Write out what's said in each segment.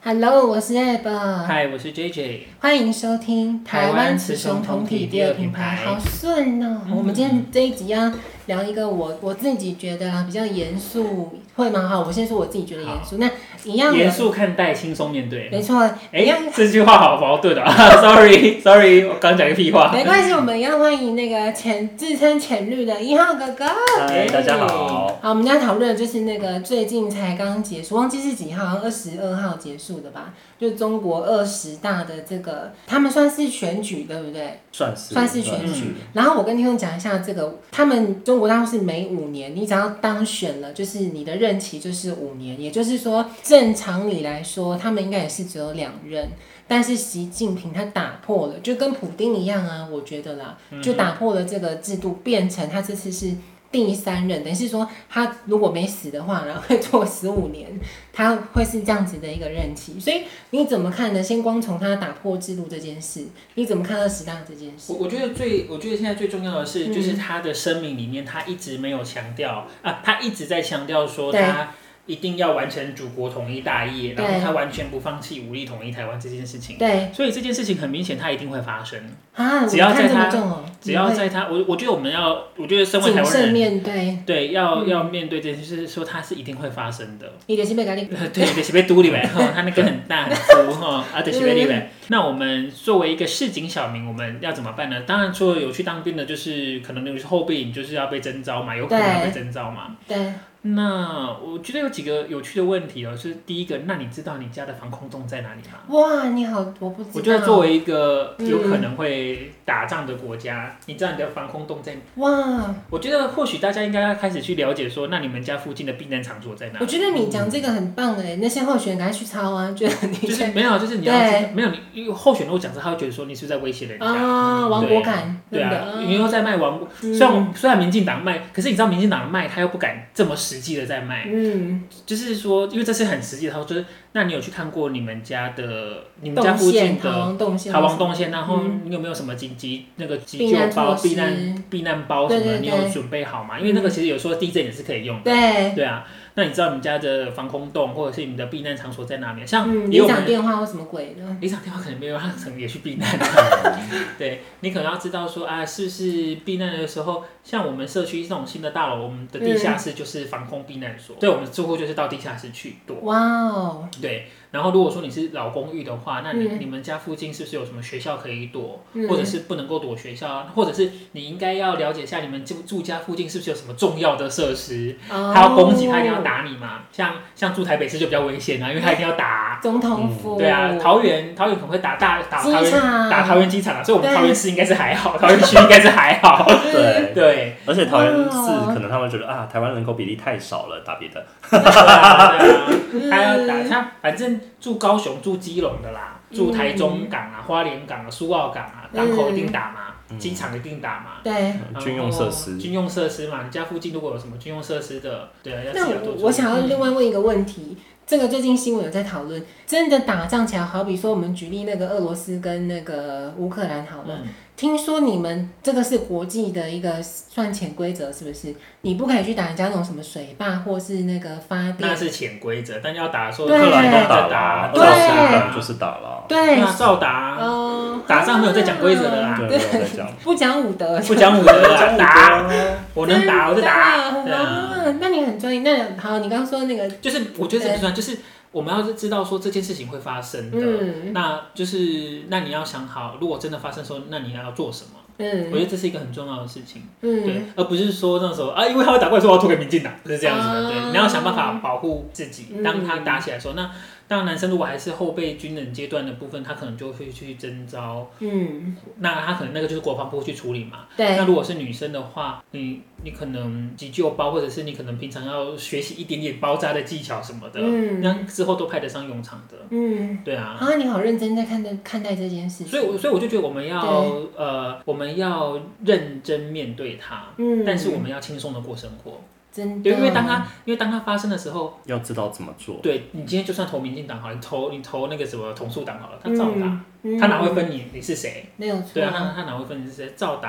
Hello， 我是 Ab。 嗨，我是 JJ。 欢迎收听台湾雌雄同体第二品牌，好顺哦。我们今天这一集要聊一个我自己觉得比较严肃，会吗？好，我先说我自己觉得严肃。那一样严肃看待，轻松面对。 没错。 这句话好矛盾啊！Sorry， 我刚讲个屁话。 没关系，我们一样欢迎那个自称浅绿的1号哥哥。 嗨，大家好。 好，我们要讨论的就是那个最近才刚结束，忘记是几号，22号结束的吧？就中国20大的这个，他们算是选举，对不对？ 算是选举。然后我跟听众讲一下，这个他们中国大陆是每5年，你只要当选了，就是你的任期就是5年，也就是说，正常理来说，他们应该也是只有2任。但是习近平他打破了，就跟普丁一样啊，我觉得啦，就打破了这个制度，变成他这次是第3任，等于是说他如果没死的话，然后会做15年，他会是这样子的一个任期。所以你怎么看呢？先光从他打破制度这件事，你怎么看20大这件事？ 我觉得现在最重要的是，就是他的声明里面，他一直没有强调啊，他一直在强调说他一定要完成祖国统一大业，然后他完全不放弃武力统一台湾这件事情。 对， 所以这件事情很明显，他一定会发生啊！ 只要在他，我觉得我觉得身为台湾人， 面对， 对，要面对这件事，就是说它是一定会发生的。 你就是被搞定， 对，就是被堵里呗，他那个很大很粗哈，就是被里呗。那我们作为一个市井小民，我们要怎么办呢？当然，除了有去当兵的，就是可能有后备营，就是要被征召嘛，有可能要被征召嘛。 对。 那我觉得有几个有趣的问题哦，就是第一个，那你知道你家的防空洞在哪里吗？ 哇，你好，我不知道。 我觉得作为一个有可能会打仗的国家，你知道你的防空洞在哪？ 哇， 我觉得或许大家应该要开始去了解说，那你们家附近的避难场所在哪里？ 我觉得你讲这个很棒哎，那些候选人赶快去抄啊！ 就是没有，就是你要没有你候选人如果讲这，他会觉得说你是不是在威胁人家啊，亡国感。 对啊，你又在卖亡国。虽然民进党卖，可是你知道民进党卖，他又不敢这么实际的在卖。就是说，因为这是很实际的，就是那你有去看过你们家附近的逃亡动线，然后你有没有什么紧急那个急救包、避难包什么的，你有准备好吗？因为那个其实有时候地震也是可以用的。对啊，那你知道你们家的防空洞或者是你们的避难场所在哪里？像里长电话或什么鬼的？ 里长电话可能没有，他可能也去避难。对，你可能要知道说啊，是不是避难的时候，像我们社区这种新的大楼，我们的地下室就是防空避难所，对，我们住户就是到地下室去躲。 哇哦， 对。然后如果说你是老公寓的话，那你们家附近是不是有什么学校可以躲，或者是不能够躲学校，或者是你应该要了解一下你们住家附近是不是有什么重要的设施，他要攻击他一定要打你嘛？像住台北市就比较危险啊，因为他一定要打总统府。 对啊，桃园可能会打桃园机场啊，所以我们桃园市应该是还好，桃园区应该是还好。对， 而且桃园市可能他们觉得啊，台湾人口比例太少了，打别的。 对啊，他要打他，反正住高雄、住基隆的啦，住台中港啊、花莲港啊、苏澳港啊，港口一定打嘛，机场一定打嘛。 对， 军用设施嘛，你家附近如果有什么军用设施的，对啊，要那我想要另外问一个问题，这个最近新闻有在讨论，真的打仗起来，好比说我们举例那个俄罗斯跟那个乌克兰好了。听说你们这个是国际的一个算潜规则，是不是？你不可以去打人家那种什么水坝或是那个发电， 那是潜规则。但要打的时候， 克兰都打了，俄罗斯可能就是打了。 对， 那照打。打仗没有在讲规则的啦， 对， 不讲武德， 打，我能打我就打。 那你很专业。那好，你刚刚说那个， 就是我觉得这不算，就是我们要是知道说这件事情会发生的，那就是那你要想好，如果真的发生的时候，那你要做什么？我觉得这是一个很重要的事情，对，而不是说那时候啊，因为他会打过来说我要投给民进党，不是这样子的，对，你要想办法保护自己。当他打起来的时候，那当然男生如果还是后备军人阶段的部分，他可能就会去征召，那他可能那个就是国防部去处理嘛。 对。 那如果是女生的话，你可能急救包，或者是你可能平常要学习一点点包扎的技巧什么的，那之后都派得上用场的。对啊。 啊，你好认真在看待这件事情。 所以我就觉得我们要认真面对它，但是我们要轻松的过生活。 真的， 因为当它发生的时候， 要知道怎么做。 对，你今天就算投民进党好，你投那个什么统促党好了，他照打，他哪会分你是谁？ 没有错。 对啊，他哪会分你是谁？照打。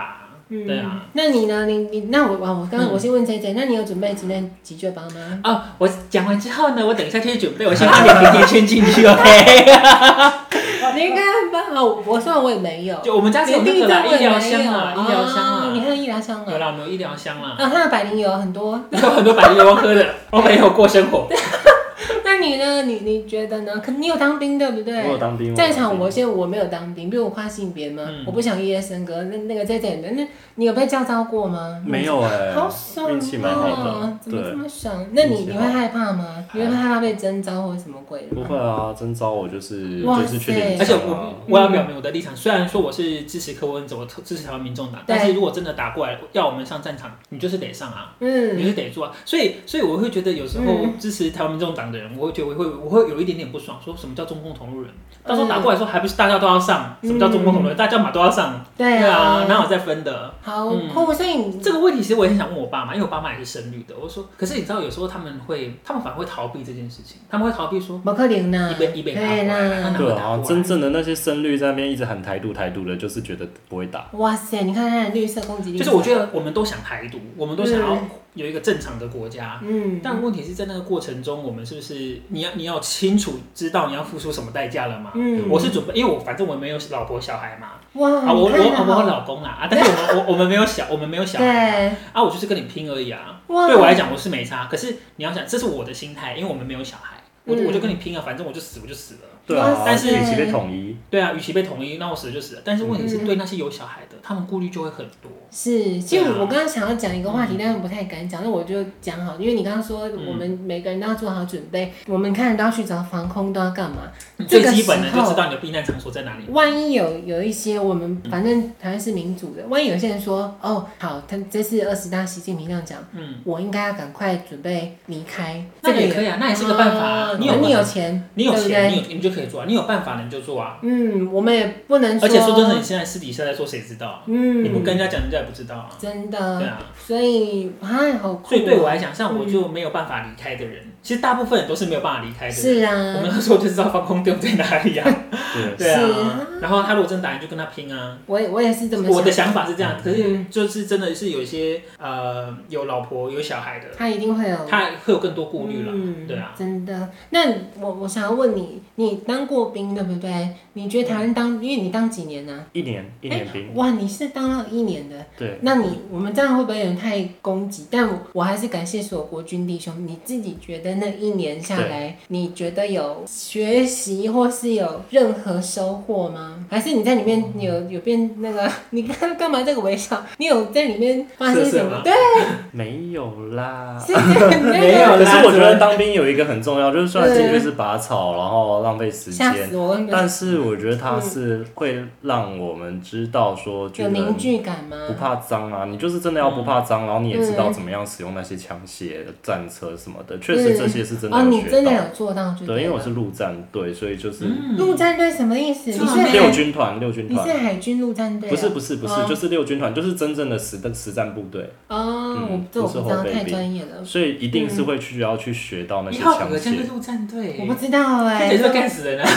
对啊。 那你呢？那我刚刚我先问 JJ，那你有准备今天急救包吗？ 哦，我讲完之后呢，我等一下就去准备，我先放点甜甜圈进去 ，OK？ 你应该很棒啊！我虽然我也没有， 就我们家是有那个啦，医疗箱啊，医疗箱啊， 你还有医疗箱啊？ 有啦，我们有医疗箱啦。 它的百灵油很多， 有很多百灵油喝的，我没有过生活。 那你呢？你觉得呢？可你有当兵对不对？ 我有当兵。 在场我没有当兵，比如我跨性别嘛，我不想夜笙歌。那个在这里，那你有被叫招过吗？ 没有好爽， 运气蛮好的， 怎么这么爽？那你会害怕吗？你会害怕被征召或者什么鬼的吗？ 不会啊，征召我就是确定。 而且我要表明我的立场，虽然说我是支持柯文哲，我支持台湾民众党，但是如果真的打过来要我们上战场，你就是得上啊，你就是得做啊。所以我会觉得有时候支持台湾民众党的人，我会觉得我会有一点点不爽，说什么叫中共同路人？到时候打过来说还不是大家都要上？什么叫中共同路人？大家嘛都要上。对啊，哪有再分的？ 好酷，所以这个问题其实我也很想问我爸妈，因为我爸妈也是深绿的。我说，可是你知道有时候他们反而会逃避这件事情，他们会逃避说， 不可能啦， 一北打过来， 对啊，真正的那些深绿在那边一直喊台独的，就是觉得不会打。 哇塞，你看他的绿色攻击力， 就是我觉得我们都想台独，我们都想要有一个正常的国家，但问题是在那个过程中，我们是不是你要清楚知道你要付出什么代价了嘛？我是准备，因为反正我没有老婆小孩嘛，我有老公啦，但是我们没有小孩啊，我就是跟你拼而已啊。对我来讲我是没差，可是你要想，这是我的心态，因为我们没有小孩，我就跟你拼啊，反正我就死了。 对啊， 但是与其被统一， 对啊，与其被统一，那我死了就死了。但是问题是对那些有小孩的，他们顾虑就会很多。 是，其实我刚刚想要讲一个话题，但是不太敢讲，那我就讲好，因为你刚刚说我们每个人都要做好准备，我们看都要去找防空，都要干嘛？ 最基本的就知道你的避难场所在哪里。 万一有一些我们反正台湾是民主的，万一有些人说哦好，他这次20大习近平这样讲，我应该要赶快准备离开， 这个也可以啊，那也是个办法。你有钱，你就可以做啊，你有办法你就做啊。 我们也不能说， 而且说真的，你现在私底下在做，谁知道啊？你不跟人家讲，人家也不知道啊。 真的， 对啊。 所以好酷。 所以对我来讲，像我就没有办法离开的人，其实大部分人都是没有办法离开的人。 是啊。 我们那时候就知道防空洞在哪里啊。对啊。然后他如果真打人，就跟他拼啊。 我也是这么想。 我的想法是这样，可是就是真的是有一些有老婆有小孩的， 他一定会有更多顾虑了。对啊。 真的。那我想要问你，你当过兵对不对？你觉得台湾因为你当几年呢 ？1年兵。 哇，你是当了1年的。 对。 那我们这样会不会有点太攻击？但我还是感谢所有国军弟兄。你自己觉得那1年下来，你觉得有学习或是有任何收获吗？还是你在里面有变那个？你干嘛这个微笑？你有在里面发生什么？对， 没有啦。 没有啦。 可是我觉得当兵有一个很重要，就是虽然进去是拔草，然后浪费时间，但是我觉得它是会让我们知道说， 有凝聚感吗？ 不怕脏啊，你就是真的要不怕脏，然后你也知道怎么样使用那些枪械、战车什么的，确实这些是真的有学到。 你真的有做到？ 对，因为我是陆战队，所以就是陆战队什么意思？你是六军团。 你是海军陆战队？ 不是，就是6军团，就是真正的实战部队。 我不知道，太专业了。 所以一定是会需要去学到那些枪械。 你陆战队？ 我不知道这是干死人啊！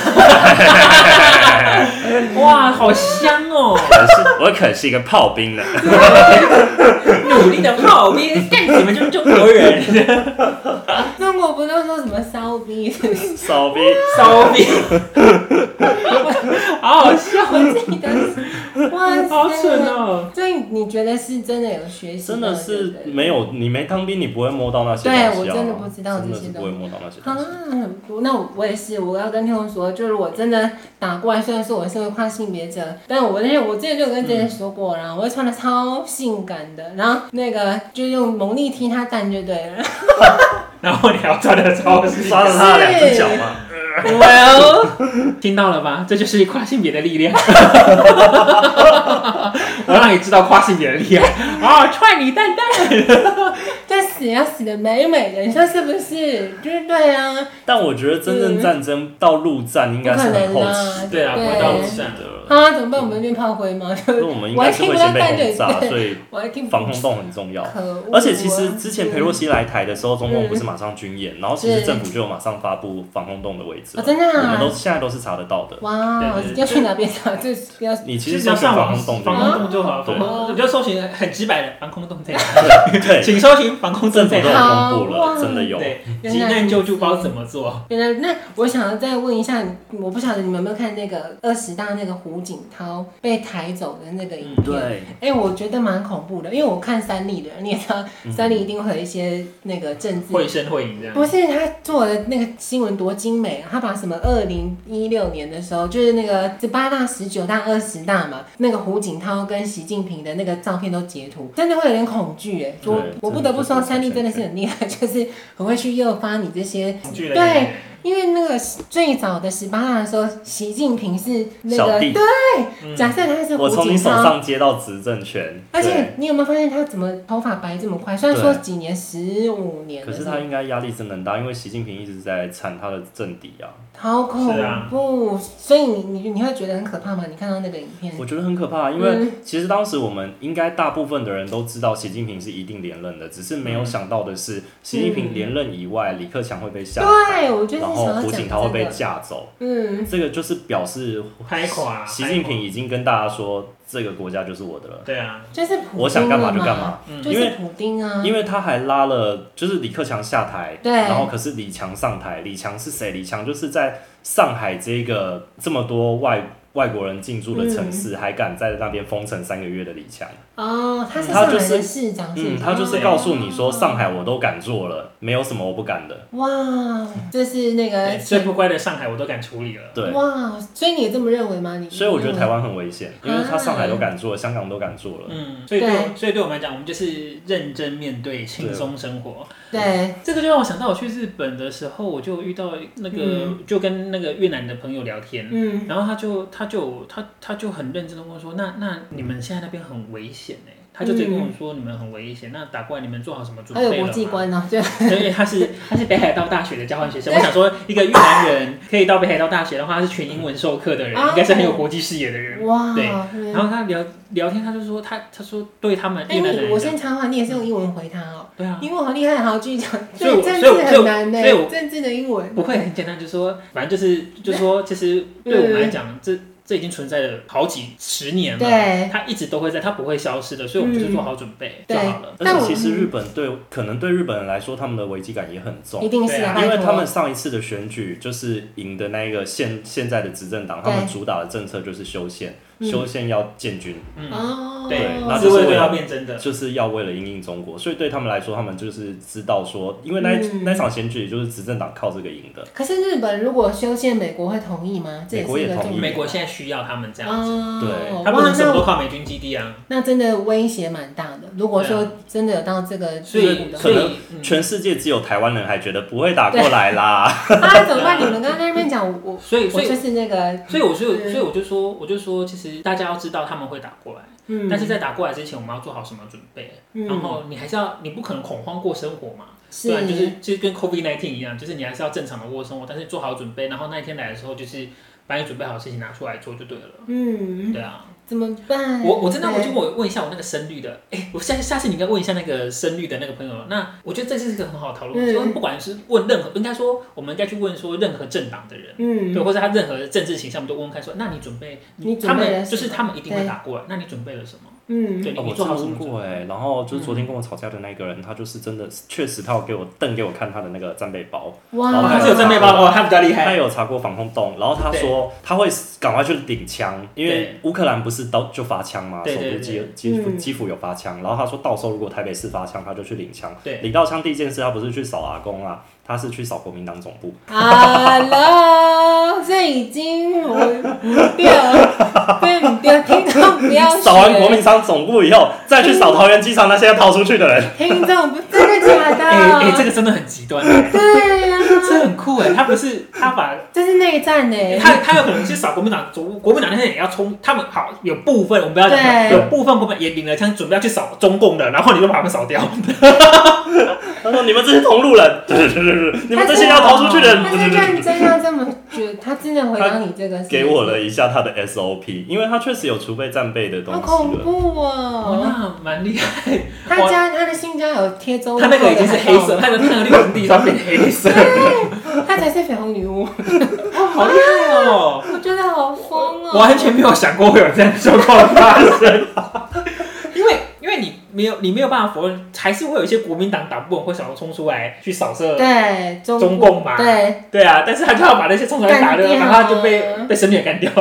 哇，好香哦！ 我可是一个炮兵呢。 努力的炮兵，干什么就是中国人。 中国不都说什么骚逼？ 骚逼， 好笑！ 我自己的，哇塞， 好蠢哦！ 所以你觉得是真的有学习？ 真的是没有，你没当兵，你不会摸到那些东西。 对，我真的不知道这些东西。 真的是不会摸到那些东西。 那我也是，我要跟听众说，就是我真的打过来，虽然说我是会跨性别者，但我之前就跟这些说过，然后我会穿的超性感的，然后那个就用猛力踢他蛋就对了。 然后你还要穿的超性感， 抓着他的2只脚吗 ？Well， 听到了吧？这就是跨性别的力量。我让你知道跨性别的力量啊！踹你蛋蛋， 但死要死的美美的，你说是不是？就是对啊。 但我觉得真正战争到陆战应该是很后期， 对啊，不会到陆战的。 啊，怎么办？我们那边炮灰吗？ 所以我们应该是会先被轰炸，所以防空洞很重要。而且其实之前裴洛西来台的时候，中共不是马上军演，然后其实政府就有马上发布防空洞的位置。 真的啊， 我们现在都是查得到的。 哇，要去哪边查？就不要。 你其实要上防空洞， 防空洞就好。对，就搜寻很直白的防空洞在哪里。对，请搜寻防空洞在哪里。 政府都公布了，真的有。 对，急难救助包怎么做？ 原来那我想要再问一下，我不晓得你们有没有看那个20大那个胡锦涛被抬走的那个影片？对，我觉得蛮恐怖的，因为我看三立的人，你也知道，三立一定会有一些那个政治绘声绘影这样。 不是他做的那个新闻多精美啊！他把什么2016年的时候，就是那个18大、19大、20大嘛，那个胡锦涛跟习近平的那个照片都截图，真的会有点恐惧哎！我不得不说，三立真的是很厉害，就是很会去诱发你这些对。因为那个最早的18大的时候，习近平是那个对，假设他是胡锦涛， 我从你手上接到执政权， 而且你有没有发现他怎么头发白这么快？虽然说几年15年， 可是他应该压力真的很大，因为习近平一直在铲他的政敌啊， 好恐怖！所以你会觉得很可怕吗？你看到那个影片， 我觉得很可怕，因为其实当时我们应该大部分的人都知道习近平是一定连任的，只是没有想到的是，习近平连任以外，李克强会被下台， 对，我觉得。 然后胡锦涛会被架走，这个就是表示拍垮习近平已经跟大家说，这个国家就是我的了。 对啊， 就是普丁我想干嘛就干嘛， 就是普丁啊。 因为他还拉了，就是李克强下台， 对， 然后可是李强上台。李强是谁？李强就是在上海这个这么多外国人进驻的城市，还敢在那边封城3个月的李强。 哦，他是上海的市长， 他就是告诉你说，上海我都敢做了，没有什么我不敢的。 哇，这是那个最不乖的上海我都敢处理了。 对， 哇，所以你也这么认为吗？ 所以我觉得台湾很危险，因为他上海都敢做，香港都敢做了。 所以对我们来讲，我们就是认真面对，轻松生活。 对， 这个就让我想到我去日本的时候，我就遇到那个，就跟那个越南的朋友聊天，然后他就很认真的问我说，那你们现在那边很危险哎。他就直接跟我说：“你们很危险，那打过来你们做好什么准备了吗？” 他有国际观哦，对。 因为他是北海道大学的交换学生，我想说一个越南人可以到北海道大学的话，他是全英文授课的人，应该是很有国际视野的人。哇，对。然后他聊天，他就说他说对他们越南人， 我先插话，你也是用英文回他哦。 对啊， 英文好厉害，好继续讲。对，政治很难呢，政治的英文不会很简单，就是说，反正就是说，其实对我们来讲，这已经存在了好几10年了， 对， 它一直都会在，它不会消失的，所以我们就是做好准备就好了。 但其实日本可能对日本人来说，他们的危机感也很重， 一定是啊， 因为他们上一次的选举就是赢的那一个现在的执政党，他们主打的政策就是修宪。修宪要建军， 对， 那就是为了要变真的， 就是要为了因应中国，所以对他们来说，他们就是知道说，因为那场选举就是执政党靠这个赢的。 可是日本如果修宪，美国会同意吗？ 美国也同意， 美国现在需要他们这样子， 对， 他不能什么都靠美军基地啊。 那真的威胁蛮大的。如果说真的有到这个地步的话，可能全世界只有台湾人还觉得不会打过来啦。 啊，怎么办？你们刚刚在那边讲， 所以就是那个， 所以我就说，其实大家要知道他们会打过来，但是在打过来之前，我们要做好什么准备？然后你不可能恐慌过生活嘛，对啊，就是跟 COVID-19 一样，就是你还是要正常的过生活，但是做好准备，然后那一天来的时候，就是把你准备好的事情拿出来做就对了。对啊。 怎么办？ 我真的我就问一下我那个深绿的，我下次你应该问一下那个深绿的那个朋友。那我觉得这是一个很好的讨论，就不管是问任何，应该说我们应该去问说任何政党的人，对，或者他任何政治倾向，我们都问看说，那你准备，他们就是他们一定会打过来，那你准备了什么？对，你做好什么？ 我过然后就是昨天跟我吵架的那个人，他就是真的确实他有给我看他的那个战备包， 哇， 他是有战备包哦，他比较厉害， 他有查过防空洞，然后他说他会赶快去领枪，因为乌克兰不是就发枪吗？首都基辅有发枪，然后他说到时候如果台北市发枪，他就去领枪，领到枪第一件事他不是去扫阿公啊，他是去扫国民党总部。 Hello， 这已经不对，听众不要扫完国民党总部以后，再去扫桃园机场那些要逃出去的人。 听众不真的假的？ 这个真的很极端。 对呀， 这很酷哎，他不是他把这是内战哎， 他有可能去扫国民党，国民党那些人也要冲，他们好有部分我们不要讲，有部分国民党也领了枪，准备要去扫中共的，然后你就把他们扫掉。 他说：“你们这些同路人，你们这些要逃出去的人。” 他是认真要这么觉得，他真的回答你这个， 给我了一下他的 SOP， 因为他确实有储备战备的东西了。 好恐怖哦！ 那蛮厉害。 他的新家有贴周， 他那个已经是黑色，他的那个绿红地上变黑色， 他才是绯红女巫。 好厉害哦！ 我觉得好疯哦！ 完全没有想过会有这样的状况发生。因为你没有办法否认，还是会有一些国民党党部会想要冲出来去扫射中共嘛？对啊，但是他就要把那些冲出来打的，然后他就被神女干掉。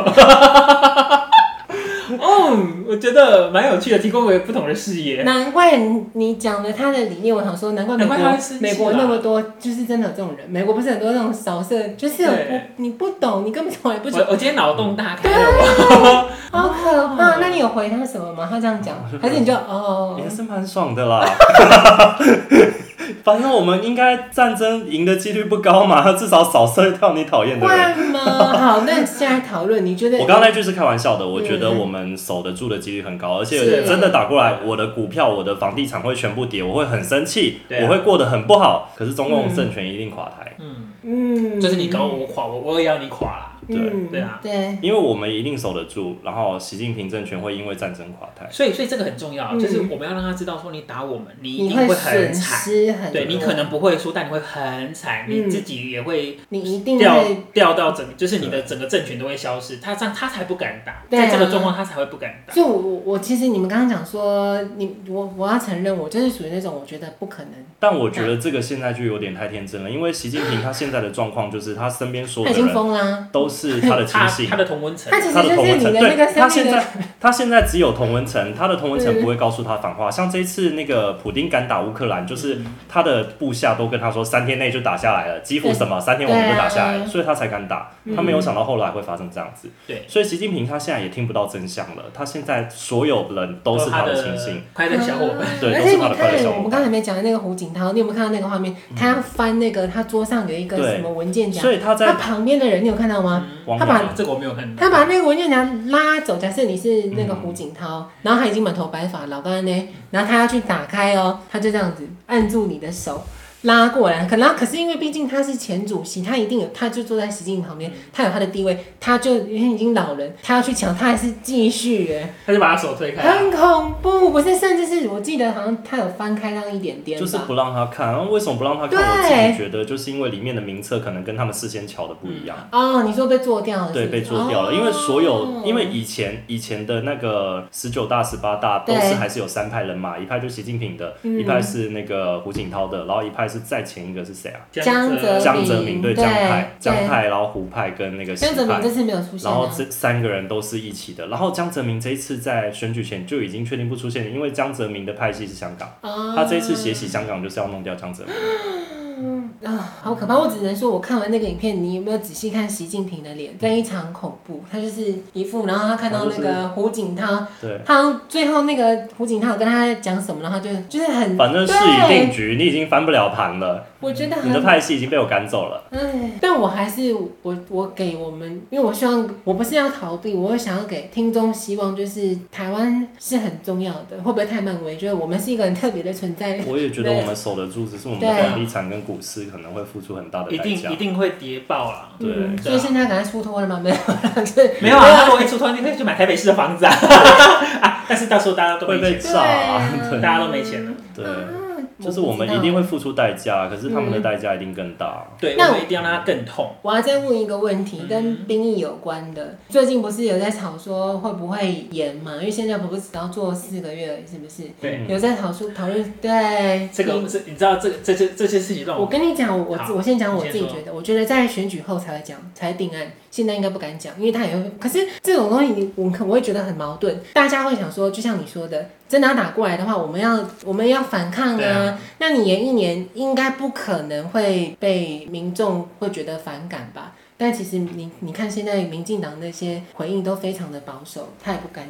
我觉得蛮有趣的，提供给不同的视野。 难怪你讲了他的理念，我想说，难怪美国那么多，就是真的有这种人。美国不是很多那种扫射，就是你不懂，你根本从来不懂。 我今天脑洞大开了， 好可怕！那你有回他什么吗？他这样讲，还是你就也是蛮爽的啦。反正我们应该战争赢的几率不高嘛，至少扫射掉你讨厌的人。 会吗？好，那现在讨论，你觉得？ 我刚刚那句是开玩笑的，我觉得我们守得住的几率很高，而且真的打过来，我的股票、我的房地产会全部跌，我会很生气，我会过得很不好。可是中共政权一定垮台。 就是你搞我垮，我也要你垮啦。对啊， 对， 因为我们一定守得住，然后习近平政权会因为战争垮台， 所以这个很重要，就是我们要让他知道说，你打我们，你一定会很惨，对你可能不会输，但你会很惨，你自己也会， 你一定掉到就是你的整个政权都会消失，他这样他才不敢打，在这个状况他才会不敢打。 就我其实你们刚刚讲说，我要承认，我就是属于那种我觉得不可能， 但我觉得这个现在就有点太天真了，因为习近平他现在的状况就是他身边所有的人他已经疯啦， 都是他的亲信， 他的同温层， 他其实就是你的那个他现在只有同温层，他的同温层不会告诉他反话。像这一次那个普丁敢打乌克兰，就是他的部下都跟他说3天内就打下来了，基辅什么3天我们就打下来了，所以他才敢打。他没有想到后来会发生这样子。 对， 所以习近平他现在也听不到真相了，他现在所有人都是他的亲信， 快乐小伙伴， 对，都是他的快乐小伙伴。 我们刚才没讲的那个胡锦涛，你有没有看到那个画面？他要翻那个，他桌上有一个什么文件夹， 所以他旁边的人你有看到吗？ 他把这个我没有看到， 他把那个文件夹拉走。假设你是那个胡锦涛，然后他已经满头白发，老干呢，然后他要去打开哦，他就这样子按住你的手。拉过来，可是因为毕竟他是前主席，他一定有，他就坐在习近平旁边，他有他的地位，他就因为已经老人，他要去抢，他还是继续耶， 他就把他手推开， 很恐怖，不是，甚至是我记得好像他有翻开那一点点， 就是不让他看，然后为什么不让他看？我自己觉得就是因为里面的名册可能跟他们事先瞧的不一样。 哦，你说被做掉了？ 对，被做掉了，因为因为以前的那个19大、18大都是还是有3派人马，一派就是习近平的，一派是那个胡锦涛的，然后一派是再前一个是谁啊？ 江泽民， 对，江派，然后胡派跟那个习派。 江泽民这次没有出现， 然后这3个人都是一起的。然后江泽民这一次在选举前就已经确定不出现了，因为江泽民的派系是香港，他这一次血洗香港就是要弄掉江泽民。 好可怕！我只能说，我看完那个影片，你有没有仔细看习近平的脸？非常恐怖，他就是一副，然后他看到那个胡锦涛， 对， 他最后那个胡锦涛有跟他讲什么，然后就是很， 反正事已定局，你已经翻不了盘了。 我觉得你的派系已经被我赶走了。 但我还是我给我们，因为我希望我不是要逃避，我会想要给听众希望，就是台湾是很重要的，会不会太漫威？觉得我们是一个很特别的存在。 我也觉得我们守得住，只是我们的房地产跟股市可能会付出很大的代价， 一定会跌爆啦。 对， 所以现在赶快出脱了吗？没有， 没有啊，他如果一出脱，你可以去买台北市的房子啊。但是到时候大家都没钱， 会被炸啊， 大家都没钱了。 对。就是我们一定会付出代价，可是他们的代价一定更大。 对，我们一定要让它更痛。 我要再问一个问题，跟兵役有关的。最近不是有在吵说会不会延嘛？因为现在不是只要做4个月而已，是不是？ 对。 有在讨论，对。 这个是你知道这些事情让我跟你讲，我先讲我自己觉得，我觉得在选举后才会讲，才定案。现在应该不敢讲，因为他也会。可是这种东西我会觉得很矛盾。大家会想说，就像你说的，真的要打过来的话，我们要反抗啊。那你延1年，应该不可能会被民众会觉得反感吧？但其实你看现在民进党那些回应都非常的保守，他也不敢讲。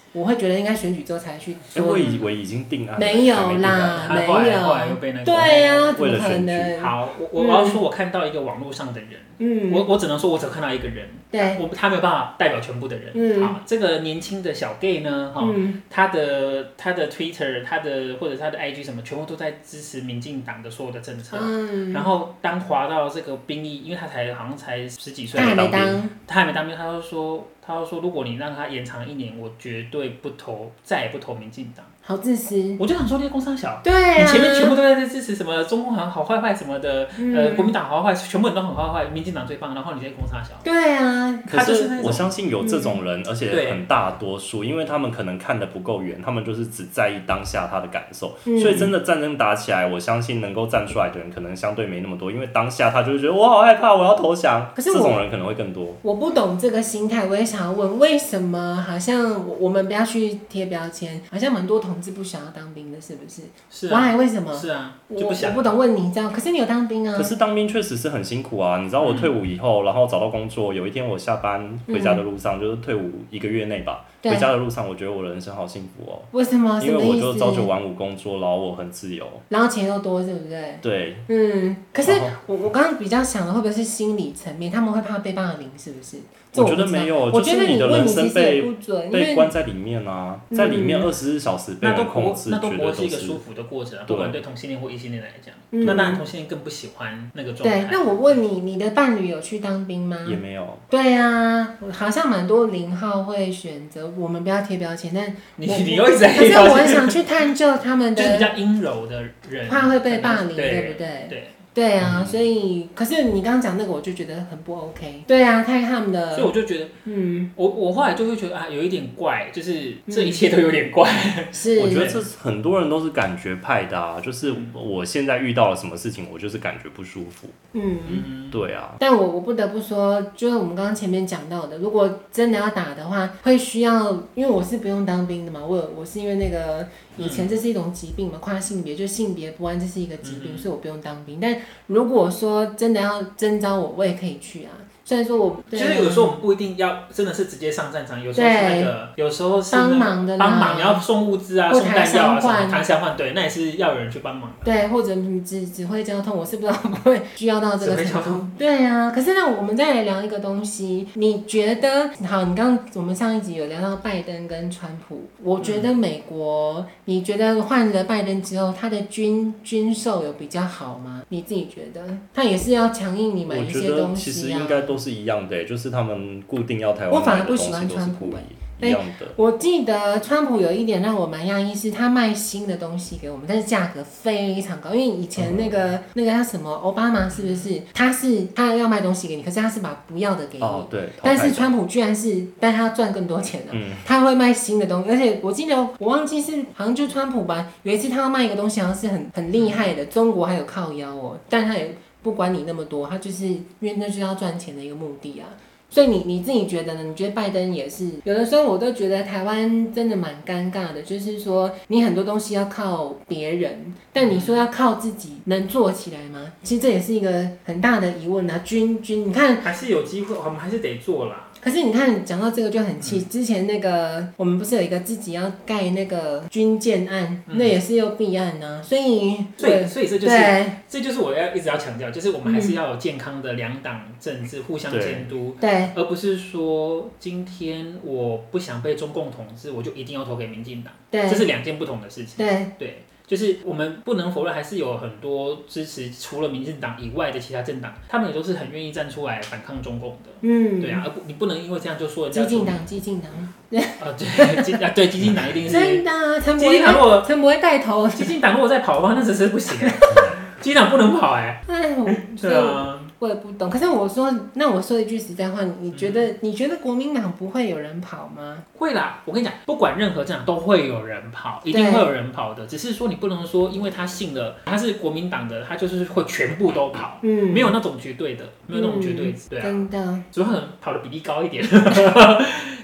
我会觉得应该选举之后才去做。 我以为已经定案了。 没有啦，没有。 后来又被那个。 对呀， 为了选举。 好，我要说，我看到一个网络上的人，我只能说，我只看到一个人， 对， 他没有办法代表全部的人。好，这个年轻的小 gay 呢，他的 Twitter， 或者他的 IG 什么，全部都在支持民进党的所有的政策。然后当滑到这个兵役，因为他好像才10几岁， 他还没当兵，他就说，如果你让他延长1年，我绝对再也不投民进党。 好自私！ 我就想说，你公三小， 对啊， 你前面全部都在支持什么中共好坏什么的，国民党好坏，全部人都很坏，民进党最棒，然后你在公三小。 对啊， 可是我相信有这种人，而且很大多数，因为他们可能看得不够远，他们就是只在意当下他的感受，所以真的战争打起来，我相信能够站出来的人可能相对没那么多，因为当下他就是觉得我好害怕，我要投降。可是这种人可能会更多。 我不懂这个心态，我也想要问，为什么好像我们不要去贴标签，好像蛮多同志不想要当兵的，是不是？ 是啊。 为什么？ 是啊，就不想。 我不懂，问你这样，可是你有当兵啊？ 可是当兵确实是很辛苦啊！你知道我退伍以后，然后找到工作，有一天我下班回家的路上，就是退伍1个月内吧，回家的路上，我觉得我的人生好幸福哦。 为什么？ 因为我就朝9晚5工作，然后我很自由， 然后钱又多，对不对？ 对。 可是我刚刚比较想的会不会是心理层面，他们会怕被霸凌，是不是？ 我觉得没有，就是你的人生被关在里面啊，在里面24小时被人控制， 那都不会是一个舒服的过程啊。不管对同性恋或异性恋来讲，那当然同性恋更不喜欢那个状态。 对，那我问你，你的伴侣有去当兵吗？ 也没有。 对啊，好像蛮多0号会选择我们不要贴标签，但你又一直在贴标签。 可是我很想去探究他们的， 就是比较阴柔的人， 怕会被霸凌，对不对？ 对。 对啊，所以可是你刚刚讲那个，我就觉得很不 OK。对啊，太他们的， 所以我就觉得，我后来就会觉得啊，有一点怪，就是这一切都有点怪。 是， 我觉得这很多人都是感觉派的啊，就是我现在遇到了什么事情，我就是感觉不舒服。对啊。 但我不得不说，就是我们刚刚前面讲到的，如果真的要打的话，会需要，因为我是不用当兵的嘛，我是因为那个。以前这是一种疾病嘛，跨性别就性别不安，这是一个疾病，所以我不用当兵。但如果说真的要征召我也可以去啊。虽然说我， 其实有时候我们不一定要真的是直接上战场，有时候是那个，有时候是帮忙的， 帮忙，你要送物资啊，送弹药啊，什么谈相换，对，那也是要有人去帮忙。 对，或者指挥交通，我是不知道会不会需要到这个程度。对啊，可是那我们再来聊一个东西，你觉得好？你刚我们上一集有聊到拜登跟川普，我觉得美国，你觉得换了拜登之后，他的军售有比较好吗？你自己觉得？他也是要强硬你买一些东西啊。 我觉得其实应该都是一样的，就是他们固定要台湾买的东西都是故意一样的。 我记得川普有一点让我蛮讶异，是他卖新的东西给我们，但是价格非常高。因为以前那个他什么奥巴马是不是？他要卖东西给你，可是他是把不要的给你。 对。 但是川普居然是，但他要赚更多钱了。他会卖新的东西，而且我记得我忘记是好像就川普吧，有一次他要卖一个东西，好像是很厉害的，中国还有靠腰哦，但他也不管你那么多，他就是因为那就是要赚钱的一个目的啊。所以你自己觉得呢？你觉得拜登也是？有的时候我都觉得台湾真的蛮尴尬的，就是说你很多东西要靠别人，但你说要靠自己能做起来吗？其实这也是一个很大的疑问啊。你看还是有机会，我们还是得做啦。 可是你看，讲到这个就很气。之前那个我们不是有一个自己要盖那个军舰案，那也是又弊案啊。所以这就是我一直要强调，就是我们还是要有健康的两党政治互相监督， 对， 而不是说今天我不想被中共统治，我就一定要投给民进党， 对， 这是2件不同的事情。 对。 就是我们不能否认，还是有很多支持除了民进党以外的其他政党，他们也都是很愿意站出来反抗中共的。对啊，你不能因为这样就说人家激进党， 对，激进党一定是真的啊，陈柏惟带头， 激进党如果在跑的话，那真是不行。激进党不能跑对啊。 我也不懂，可是我说一句实在话，你觉得国民党不会有人跑吗？ 会啦，我跟你讲，不管任何政党都会有人跑，一定会有人跑的。只是说你不能说，因为他信了他是国民党的，他就是会全部都跑，没有那种绝对的，没有那种绝对，对啊， 真的， 只会可能跑的比例高一点。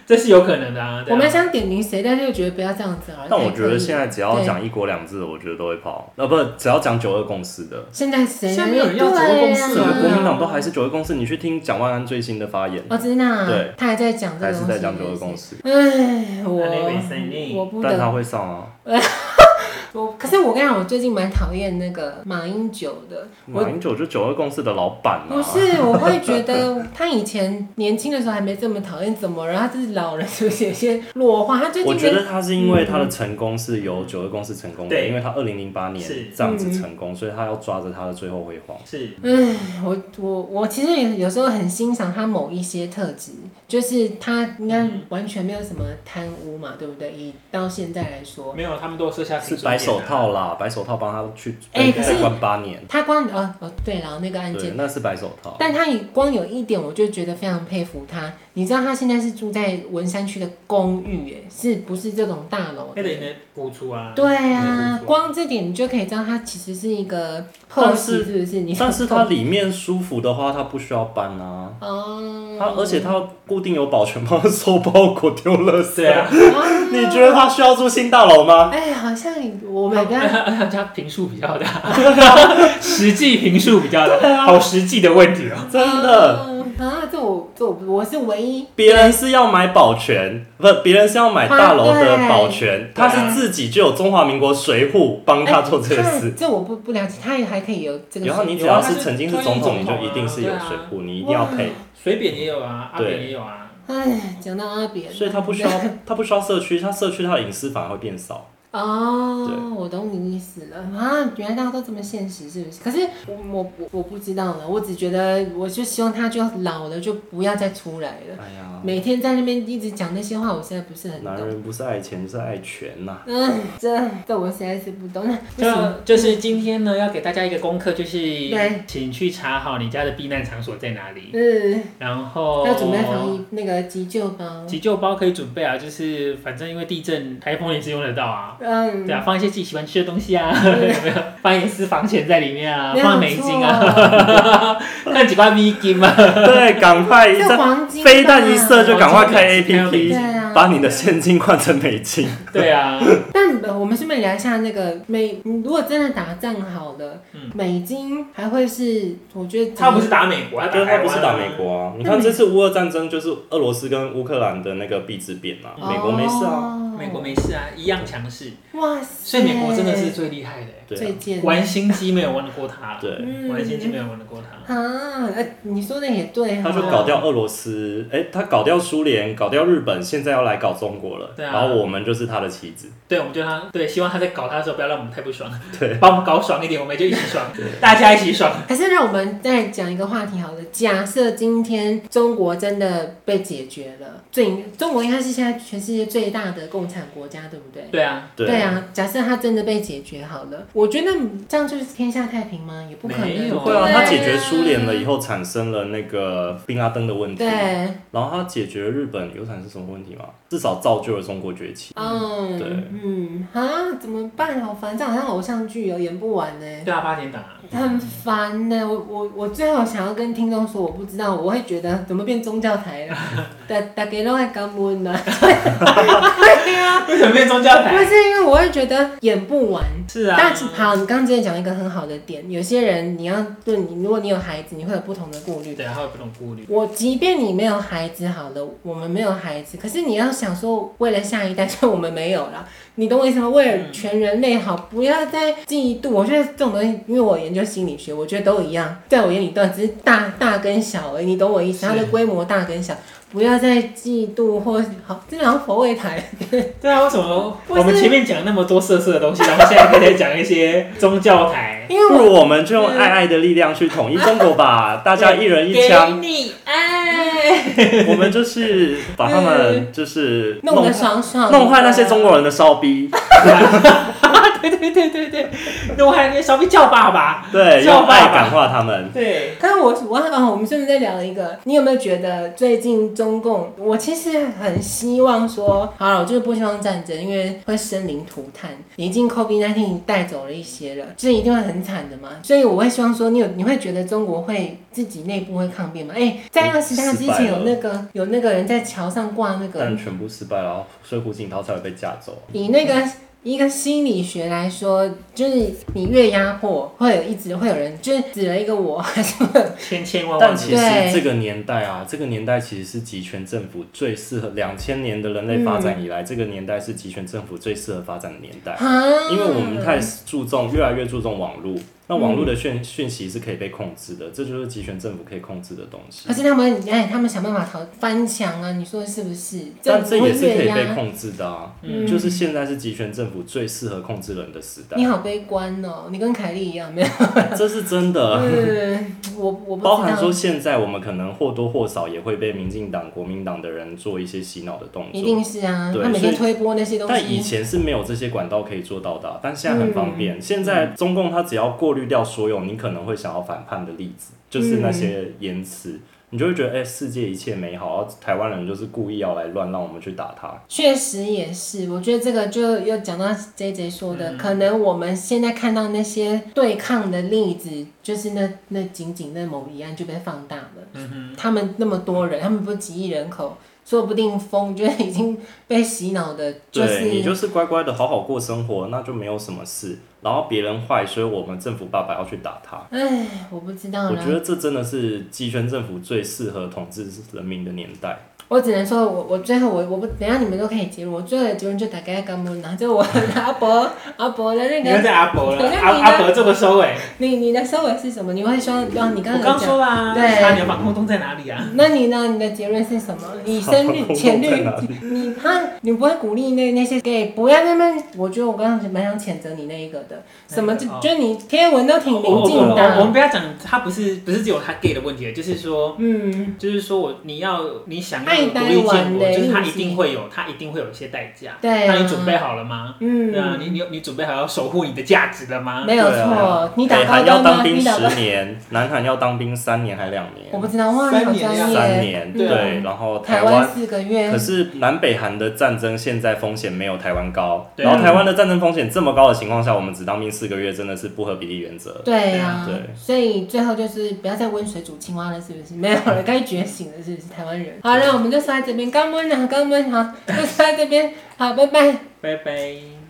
这是有可能的啊。 我们想点名谁，但是又觉得不要这样子啊。 但我觉得现在只要讲一国两制，我觉得都会跑。不，只要讲9·2共识的。 现在谁？ 现在没有人要9·2共识整个国民党都还是9·2共识。你去听蒋万安最新的发言， 真的啊， 对， 他还在讲这个东西， 还是在讲9·2共识。 哎，我不， 但他会上啊。 可是我跟你讲，我最近蛮讨厌那个马英九的。 马英九就9·2共识的老板啊。 不是，我会觉得他以前年轻的时候还没这么讨厌，怎么？然后他就是老了，是不是有些弱化？他最近我觉得他是因为他的成功是由9·2共识成功的，因为他2008年这样子成功，所以他要抓着他的最后辉煌。 是， 我其实有时候很欣赏他某一些特质，就是他应该完全没有什么贪污嘛，对不对？以到现在来说， 没有，他们都设下是白手套啦，白手套帮他去可是关8年。 他光对了，那个案件那是白手套。 但他光有一点，我就觉得非常佩服他。你知道他现在是住在文山区的公寓，是不是这种大楼？ 那得补出啊。 对啊，光这点你就可以知道他其实是一个破事，是不是？ 但是他里面舒服的话，他不需要搬啊。而且他固定有保全帮他收包裹、丢垃圾。 对啊。 你觉得他需要住新大楼吗？ 好像我们他坪数比较大，实际坪数比较大，好实际的问题哦， 真的。 我是唯一。 别人是要买保全，别人是要买大楼的保全，他是自己就有中华民国水户帮他做这个事。 这我不了解，他也还可以有这个。 然后你只要是曾经是总统，你就一定是有水户，你一定要配。 水扁也有啊，阿扁也有啊。 讲到阿扁， 所以他不需要社区，他社区他的隐私反而会变少。 我懂你意思了啊！原来大家都这么现实，是不是？可是我不知道了，我只觉得，我就希望他就老了就不要再出来了。 哎呀， 每天在那边一直讲那些话，我实在不是很懂。 男人不是爱钱，就是爱权呐。 这我实在是不懂。 就是今天呢，要给大家一个功课，就是请去查好你家的避难场所在哪里。然后要准备那个急救包。 急救包可以准备啊，就是反正因为地震、台风也是用得到啊。对啊，放一些自己喜欢吃的东西啊，放一些私房钱在里面啊，放美金啊，看几块美金嘛。 对，赶快飞弹一射就赶快开 APP， 把你的现金换成美金。 对啊。 但我们顺便聊一下那个如果真的打仗好了，美金还会是，我觉得他不是打美国， 他不是打美国啊。你看这次乌俄战争就是俄罗斯跟乌克兰的那个币制变啊，美国没事啊。 美国没事啊，一样强势。 哇塞！ 所以美国真的是最厉害的， 最贱。 玩心机没有玩得过他。 对， 玩心机没有玩得过他。 你说的也对。 他就搞掉俄罗斯，他搞掉苏联，搞掉日本，现在要来搞中国了。 对啊。 然后我们就是他的棋子。 对，我们就希望他在搞他的时候不要让我们太不爽。 对。 把我们搞爽一点，我们就一起爽。大家一起爽。 还是让我们再讲一个话题好了。假设今天中国真的被解决了，中国应该是现在全世界最大的共产国家，对不对？ 对啊。 对啊，假设它真的被解决好了，我觉得这样就是天下太平吗？也不可能。 不会啊，他解决苏联了以后，产生了那个宾拉登的问题。 对。 然后他解决了日本，有产生什么问题吗？至少造就了中国崛起。 对。怎么办？好烦，这好像偶像剧演不完呢。 对啊，8点档啊。 很烦呢，我最后想要跟听众说，我不知道，我会觉得怎么变宗教台了？大家都在感恩呢。对啊。 为什么变宗教台？ 不是因为我会觉得演不完。 是啊。 但好，你刚刚之前讲一个很好的点，有些人如果你有孩子，你会有不同的顾虑。 对，会有不同顾虑。 即便你没有孩子好了，我们没有孩子，可是你要想说，为了下一代，就我们没有啦。你懂我意思吗？为了全人类好，不要再嫉妒。我觉得这种东西，因为我研究心理学，我觉得都一样，在我眼里都只是大跟小而已。你懂我意思？它的规模大跟小。不要再嫉妒或好，真的好像佛位台。 对啊，为什么我们前面讲那么多色的东西，然后现在开始讲一些宗教台？ 因为不如我们就用爱的力量去统一中国吧，大家一人一枪。 给你爱。 我们就是把他们就是弄得爽爽， 弄坏那些中国人的烧逼。 对，那我还小屁叫爸爸， 对，用爱感化他们。 对， 刚刚我们顺便再聊一个，你有没有觉得最近中共，我其实很希望说，好了，我就是不希望战争，因为会生灵涂炭，已经 COVID-19 带走了一些了，这一定会很惨的嘛，所以我会希望说，你会觉得中国会自己内部会抗辩吗？在20大之前有那个人在桥上挂那个， 但全部失败了，所以胡锦涛才会被架走。 以那个一个心理学来说，就是你越压迫，一直会有人就是指了一个我，还是千万。 但其实这个年代其实是集权政府最适合2000年的人类发展以来，这个年代是集权政府最适合发展的年代，因为我们越来越注重网络。那网络的讯息是可以被控制的，这就是集权政府可以控制的东西。 可是他们想办法翻墙啊，你说是不是？ 但这也是可以被控制的啊，就是现在是集权政府最适合控制人的时代。 你好悲观哦，你跟凯莉一样没有？ 这是真的。 我不知道。 包含说现在我们可能或多或少也会被民进党、国民党的人做一些洗脑的动作。 一定是啊，他每天推播那些东西。 但以前是没有这些管道可以做到的，但现在很方便。现在中共他只要过滤掉所有你可能会想要反叛的例子，就是那些言辞，你就会觉得世界一切美好，台湾人就是故意要来乱，让我们去打他。 确实也是，我觉得这个就又讲到 JJ 说的，可能我们现在看到那些对抗的例子，就是那仅仅那某一案就被放大了。他们那么多人，他们不是几亿人口。说不定风就已经被洗脑的，就是对你就是乖乖的好好过生活，那就没有什么事。然后别人坏，所以我们政府爸爸要去打他。 我不知道啦。 我觉得这真的是集权政府最适合统治人民的年代。 我只能说我最后我不等一下你们都可以结论，我最后的结论就大概感恩啦，就我阿伯的那个。 你又在阿伯了，阿伯做个收尾。 你的收尾是什么？你会说，你刚刚说啦，对，你的防空洞在哪里啊？ 那你呢？你的结论是什么？你生率、前率，你不会鼓励那些 gay 不要那么？我觉得我刚刚蛮想谴责你那一个的，什么就你贴文都挺明进的。 我们不要讲，他不是只有他 gay 的问题，就是说，你想要。独立建国，就是它一定会有一些代价。 对、 那你准备好了吗？对啊，你准备好要守护你的价值了吗？ 没有错，你打北韩要当兵10年，南韩要当兵3年还2年？ 我不知道，哇，你好专业。 3年，对，然后台湾4个月。 可是南北韩的战争现在风险没有台湾高，然后台湾的战争风险这么高的情况下，我们只当兵4个月，真的是不合比例原则。 对啊，对，所以最后就是不要再温水煮青蛙了，是不是？没有了，该觉醒了，是不是？台湾人。好了，我们就说在这边，刚温好，就说在这边，好，拜拜， 拜拜。